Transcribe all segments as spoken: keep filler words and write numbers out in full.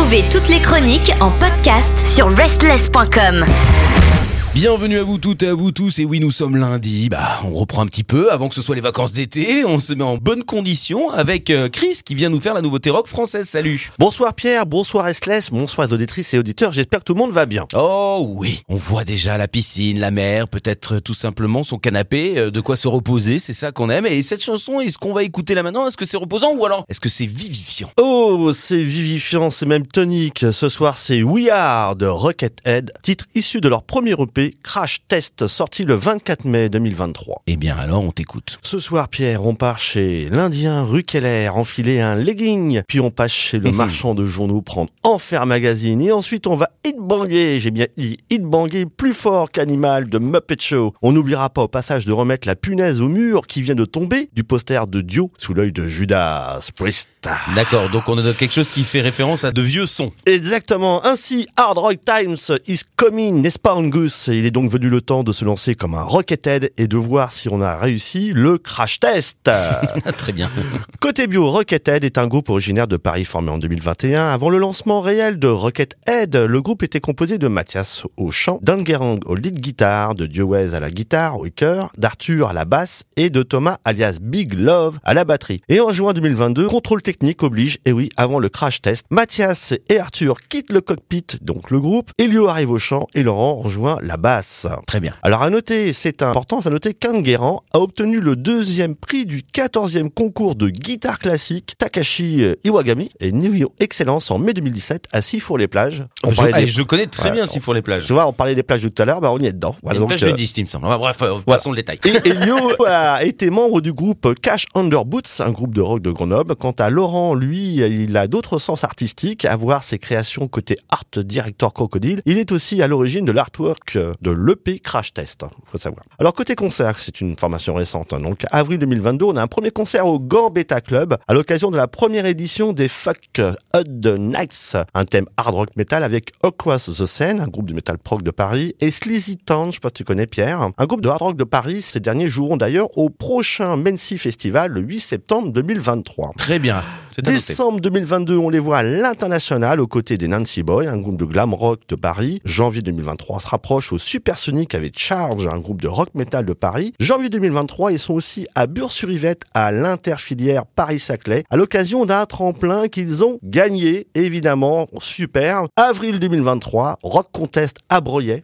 Retrouvez toutes les chroniques en podcast sur restless point com. Bienvenue à vous toutes et à vous tous, et oui, nous sommes lundi, bah on reprend un petit peu avant que ce soit les vacances d'été, on se met en bonne condition avec euh, Chris qui vient nous faire la nouveauté rock française. Salut. Bonsoir Pierre, bonsoir Restless, bonsoir auditrices et auditeurs, j'espère que tout le monde va bien. Oh oui, on voit déjà la piscine, la mer, peut-être tout simplement son canapé, euh, de quoi se reposer, c'est ça qu'on aime. Et cette chanson, est-ce qu'on va écouter là maintenant, est-ce que c'est reposant ou alors est-ce que c'est vivifiant? Oh, c'est vivifiant, c'est même tonique. Ce soir c'est We Are de Rockethead, titre issu de leur premier E P Crash Test, sorti le vingt-quatre mai deux mille vingt-trois. Eh bien alors on t'écoute. Ce soir Pierre, on part chez l'Indien rue Keller, enfiler un legging, puis on passe chez le marchand de journaux prendre Enfer Magazine, et ensuite on va hitbanger, j'ai bien dit hitbanger plus fort qu'Animal de Muppet Show. On n'oubliera pas au passage de remettre la punaise au mur qui vient de tomber du poster de Dio sous l'œil de Judas Priest. D'accord, donc on a quelque chose qui fait référence à de vieux sons. Exactement, ainsi Hard Rock Times is coming, n'est-ce pas Angus? Il est donc venu le temps de se lancer comme un Rockethead et de voir si on a réussi le crash test. Très bien. Côté bio, Rockethead est un groupe originaire de Paris formé en deux mille vingt et un. Avant le lancement réel de Rockethead, le groupe était composé de Mathias au chant, d'Enguerrand au lead guitare, de Diowez à la guitare, au chœur, d'Arthur à la basse et de Thomas alias Big Love à la batterie. Et en juin deux mille vingt-deux, contrôle technique oblige, et oui, avant le crash test, Mathias et Arthur quittent le cockpit, donc le groupe, Elio arrive au chant et Laurent rejoint la basse. Très bien. Alors à noter, c'est important, à noter qu'Enguerrand a obtenu le deuxième prix du quatorzième concours de guitare classique Takashi Iwagami et Niveau Excellence en mai deux mille dix-sept à Sifour-les-Plages. On je, des... allez, je connais très ouais, bien on... Sifour-les-Plages. Tu vois, on parlait des plages de tout à l'heure, bah on y est dedans. Voilà, donc, plage euh... de dix, il me semble. Bref, euh, passons voilà. le détail. Et Elio a été membre du groupe Cash Under Boots, un groupe de rock de Grenoble. Quant à Laurent, lui, il a d'autres sens artistiques, à voir ses créations côté art director Crocodile. Il est aussi à l'origine de l'artwork de l'E P Crash Test, faut savoir. Alors côté concert, c'est une formation récente, hein. Donc avril deux mille vingt-deux, on a un premier concert au Gambetta Club à l'occasion de la première édition des Fuck Odd Nights, un thème hard rock metal avec Across the Seine, un groupe de metal prog de Paris, et Sleazy Town, je sais pas si tu connais Pierre, un groupe de hard rock de Paris. Ces derniers joueront d'ailleurs au prochain Mency Festival le huit septembre deux mille vingt-trois. Très bien. Décembre deux mille vingt-deux, on les voit à l'International aux côtés des Nancy Boys, un groupe de glam rock de Paris. Janvier deux mille vingt-trois, on se rapproche au Supersonic avec Charge, un groupe de rock metal de Paris. Janvier deux mille vingt-trois, ils sont aussi à Bure-sur-Yvette à l'Interfilière Paris-Saclay à l'occasion d'un tremplin qu'ils ont gagné, évidemment, super. Avril deux mille vingt-trois, Rock Contest à Breuillet.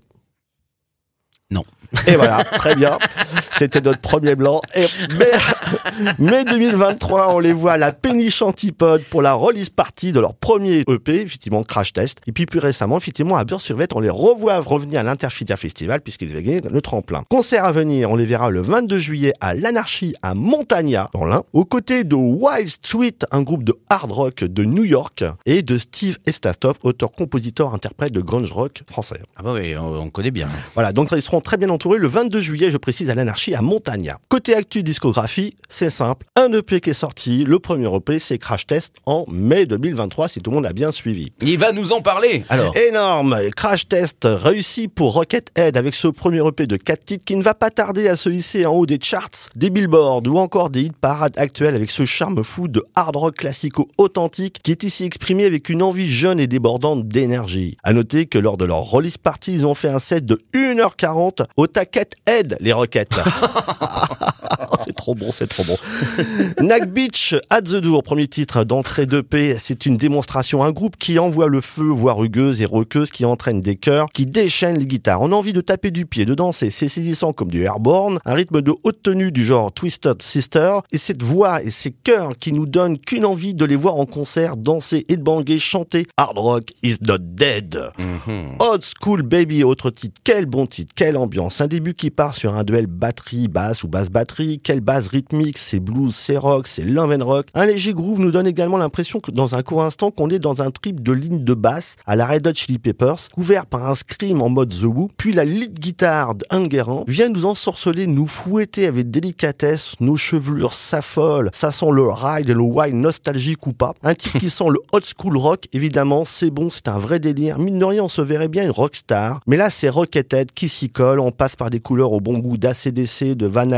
Non. Et voilà, très bien. C'était notre premier blanc. Et mai, mai deux mille vingt-trois, on les voit à la Péniche Antipode pour la release party de leur premier E P, effectivement, Crash Test. Et puis plus récemment, effectivement, à Bure-sur-Yvette, on les revoit revenir à l'Interfilière Festival puisqu'ils avaient gagné le tremplin. Concert à venir, on les verra le vingt-deux juillet à l'Anarchie à Montagna, dans l'Ain, aux côtés de Wild Street, un groupe de hard rock de New York, et de Steve Estastov, auteur-compositeur-interprète de grunge rock français. Ah bah oui, on, on connaît bien. Voilà, donc ils seront très bien entourés le vingt-deux juillet, je précise, à l'Anarchie à Montagna. Côté actu discographie, c'est simple. Un E P qui est sorti, le premier E P, c'est Crash Test en mai deux mille vingt-trois, si tout le monde a bien suivi. Il va nous en parler, alors. Énorme! Crash Test réussi pour Rockethead avec ce premier E P de quatre titres qui ne va pas tarder à se hisser en haut des charts, des billboards ou encore des hit parades actuels avec ce charme fou de hard rock classico-authentique qui est ici exprimé avec une envie jeune et débordante d'énergie. À noter que lors de leur release party, ils ont fait un set de une heure quarante au taquette aide les roquettes. C'est trop bon, c'est trop bon. Knack Beach at the Door, premier titre d'entrée d'E P, c'est une démonstration, un groupe qui envoie le feu, voire rugueuse et roqueuse, qui entraîne des chœurs, qui déchaîne les guitares. On a envie de taper du pied, de danser, c'est saisissant comme du Airborne, un rythme de haute tenue du genre Twisted Sister, et cette voix et ces chœurs qui nous donnent qu'une envie de les voir en concert, danser, headbanger, chanter Hard Rock is not dead. Mm-hmm. Old School Baby, autre titre, quel bon titre, quelle ambiance, un début qui part sur un duel batterie-basse ou basse-batterie, quelle base rythmique, c'est blues, c'est rock, c'est love and rock. Un léger groove nous donne également l'impression que dans un court instant qu'on est dans un trip de ligne de basse à la Red Hot Chili Peppers, couvert par un scream en mode The Who, puis la lead guitare d'Enguerrand vient nous ensorceler, nous fouetter avec délicatesse, nos chevelures s'affolent, ça sent le ride et le wild nostalgique ou pas. Un type qui sent le old school rock, évidemment, c'est bon, c'est un vrai délire. Mine de rien, on se verrait bien une rockstar, mais là c'est Rockethead qui s'y colle, on passe par des couleurs au bon goût d'A C D C, de Van Halen, de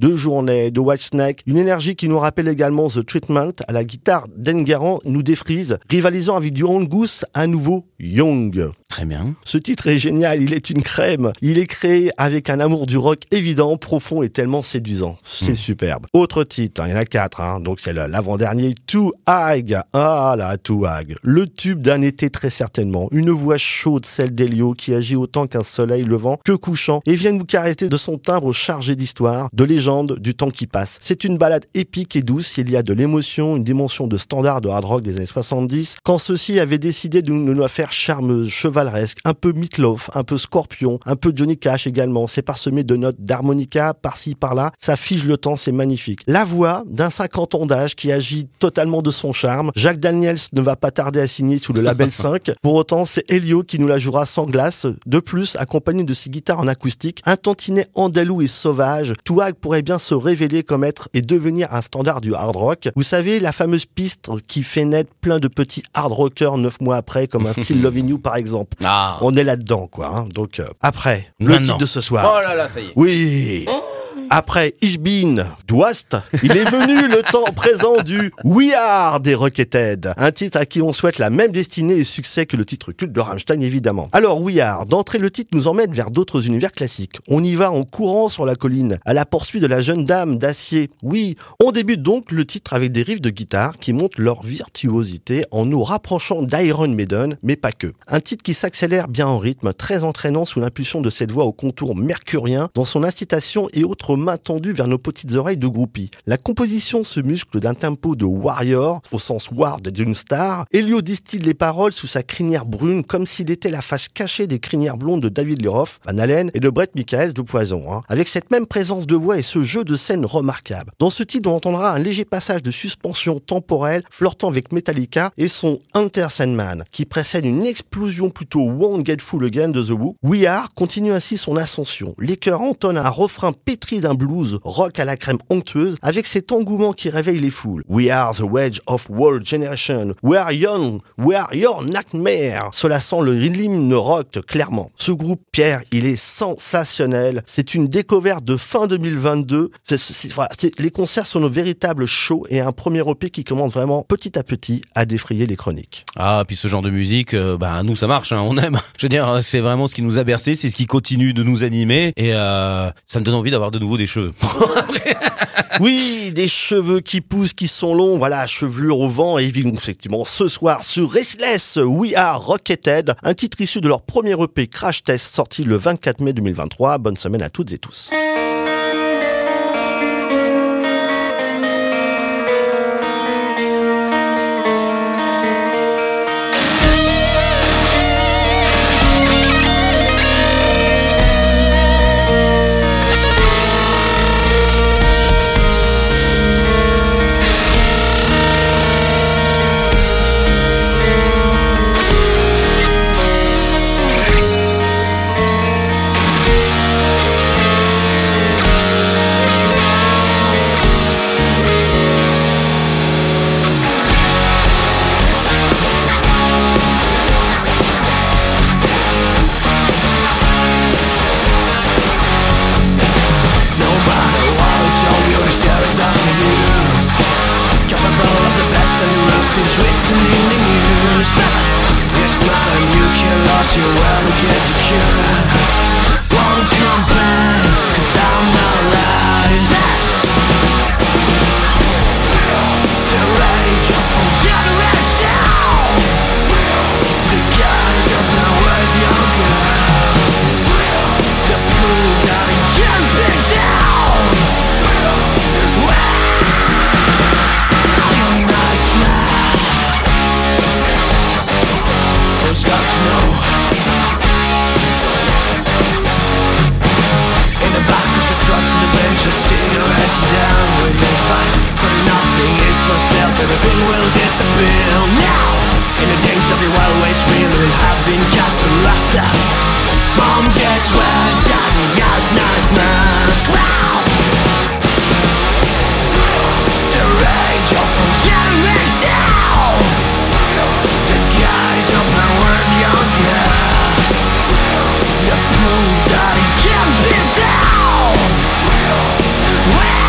de Journée, de Whitesnake, une énergie qui nous rappelle également The Treatment à la guitare d'Enguerrand nous défrise, rivalisant avec du Angus, à nouveau Young. Très bien. Ce titre est génial, il est une crème. Il est créé avec un amour du rock évident, profond et tellement séduisant. C'est mmh. superbe. Autre titre, hein, il y en a quatre, hein, donc c'est l'avant-dernier, Too High. Ah là, Too High. Le tube d'un été très certainement. Une voix chaude, celle d'Elio, qui agit autant qu'un soleil levant que couchant et vient nous caresser de son timbre chargé d'histoire, de légende, du temps qui passe. C'est une balade épique et douce, il y a de l'émotion, une dimension de standard de hard rock des années soixante-dix, quand ceux-ci avaient décidé de nous la faire charmeuse, chevaleresque, un peu Meatloaf, un peu Scorpion, un peu Johnny Cash également. C'est parsemé de notes d'harmonica par-ci par-là. Ça fige le temps, c'est magnifique. La voix d'un cinquante ans d'âge qui agit totalement de son charme. Jacques Daniels ne va pas tarder à signer sous le label cinq. Pour autant, c'est Elio qui nous la jouera sans glace. De plus, accompagné de ses guitares en acoustique, un tantinet andalou et sauvage, Too High pourrait bien se révéler comme être et devenir un standard du hard rock. Vous savez, la fameuse piste qui fait naître plein de petits hard rockers neuf mois après, comme un Still Loving You par exemple. Ah. On est là-dedans, quoi. Hein. Donc, euh, après, le Maintenant. titre de ce soir. Oh là là, ça y est. Oui. Après Ich bin, du hast, il est venu le temps présent du We Are des Rockethead. Un titre à qui on souhaite la même destinée et succès que le titre culte de Rammstein, évidemment. Alors, We Are, d'entrée, le titre nous emmène vers d'autres univers classiques. On y va en courant sur la colline, à la poursuite de la jeune dame d'acier. Oui, on débute donc le titre avec des riffs de guitare qui montrent leur virtuosité en nous rapprochant d'Iron Maiden, mais pas que. Un titre qui s'accélère bien en rythme, très entraînant sous l'impulsion de cette voix au contour mercurien, dans son incitation et autres main tendue vers nos petites oreilles de groupies. La composition se muscle d'un tempo de warrior, au sens war d'une star. Elio distille les paroles sous sa crinière brune, comme s'il était la face cachée des crinières blondes de David Lee Roth, Van Halen et de Brett Michaels de Poison. Hein. Avec cette même présence de voix et ce jeu de scène remarquable. Dans ce titre, on entendra un léger passage de suspension temporelle, flirtant avec Metallica et son Enter Sandman, qui précède une explosion plutôt Won't Get Full Again de The Who. We Are continue ainsi son ascension. Les chœurs entonnent un refrain pétri d'un blues rock à la crème onctueuse avec cet engouement qui réveille les foules. We are the wedge of world generation. We are young. We are your nightmare. Cela sent le hymne rock clairement. Ce groupe, Pierre, il est sensationnel. C'est une découverte de fin deux mille vingt-deux. C'est, c'est, voilà, c'est, les concerts sont nos véritables shows et un premier E P qui commence vraiment petit à petit à défrayer les chroniques. Ah, puis ce genre de musique, euh, bah nous ça marche, hein, on aime. Je veux dire, c'est vraiment ce qui nous a bercé, c'est ce qui continue de nous animer et euh, ça me donne envie d'avoir de nouveau des cheveux. Oui, des cheveux qui poussent, qui sont longs, voilà, chevelure au vent, et effectivement, ce soir, sur Restless, We Are Rockethead, un titre issu de leur premier E P Crash Test, sorti le vingt-quatre mai deux mille vingt-trois. Bonne semaine à toutes et tous. That he can't be down.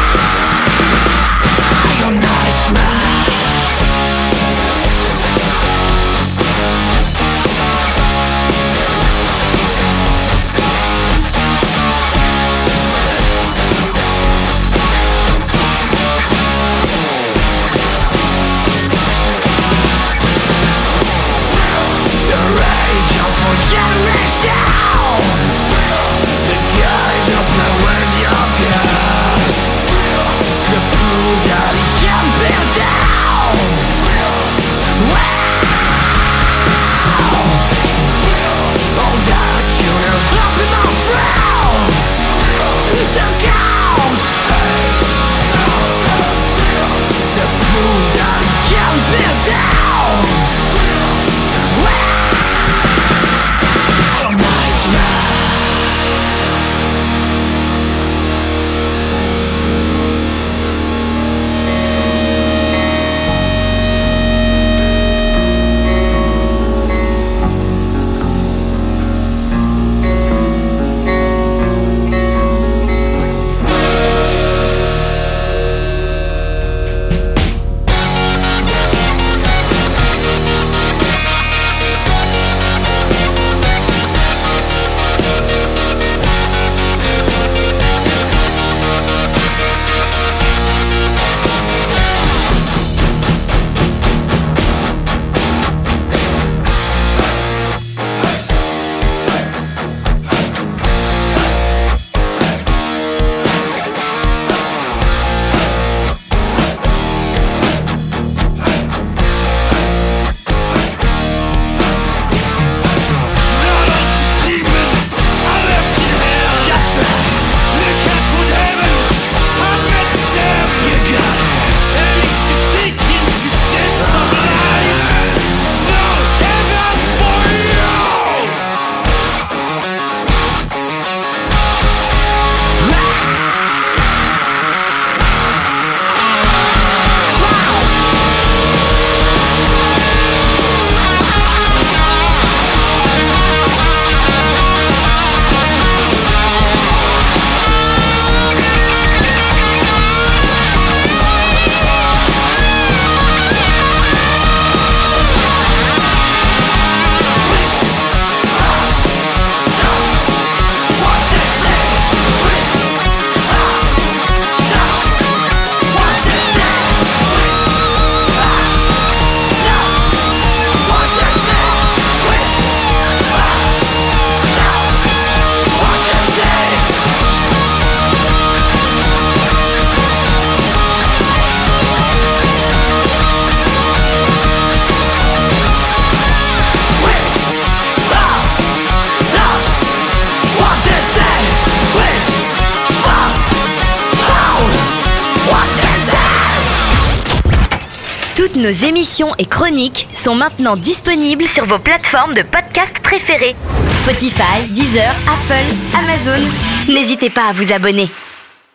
Toutes nos émissions et chroniques sont maintenant disponibles sur vos plateformes de podcast préférées. Spotify, Deezer, Apple, Amazon. N'hésitez pas à vous abonner.